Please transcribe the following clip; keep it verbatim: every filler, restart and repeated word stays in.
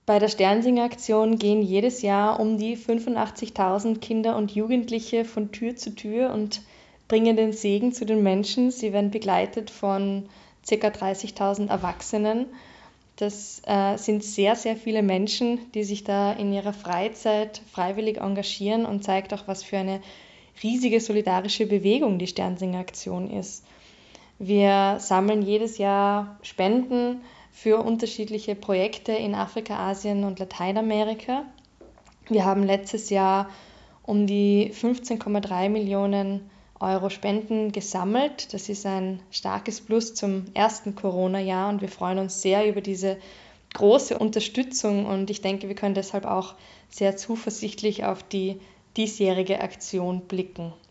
Bei der Sternsinger-Aktion gehen jedes Jahr um die fünfundachtzigtausend Kinder und Jugendliche von Tür zu Tür und bringen den Segen zu den Menschen. Sie werden begleitet von ca. dreißigtausend Erwachsenen. Das äh, sind sehr, sehr viele Menschen, die sich da in ihrer Freizeit freiwillig engagieren und zeigt auch, was für eine riesige solidarische Bewegung die Sternsinger-Aktion ist. Wir sammeln jedes Jahr Spenden für unterschiedliche Projekte in Afrika, Asien und Lateinamerika. Wir haben letztes Jahr um die fünfzehn Komma drei Millionen Euro Spenden gesammelt. Das ist ein starkes Plus zum ersten Corona-Jahr und wir freuen uns sehr über diese große Unterstützung und ich denke, wir können deshalb auch sehr zuversichtlich auf die diesjährige Aktion blicken.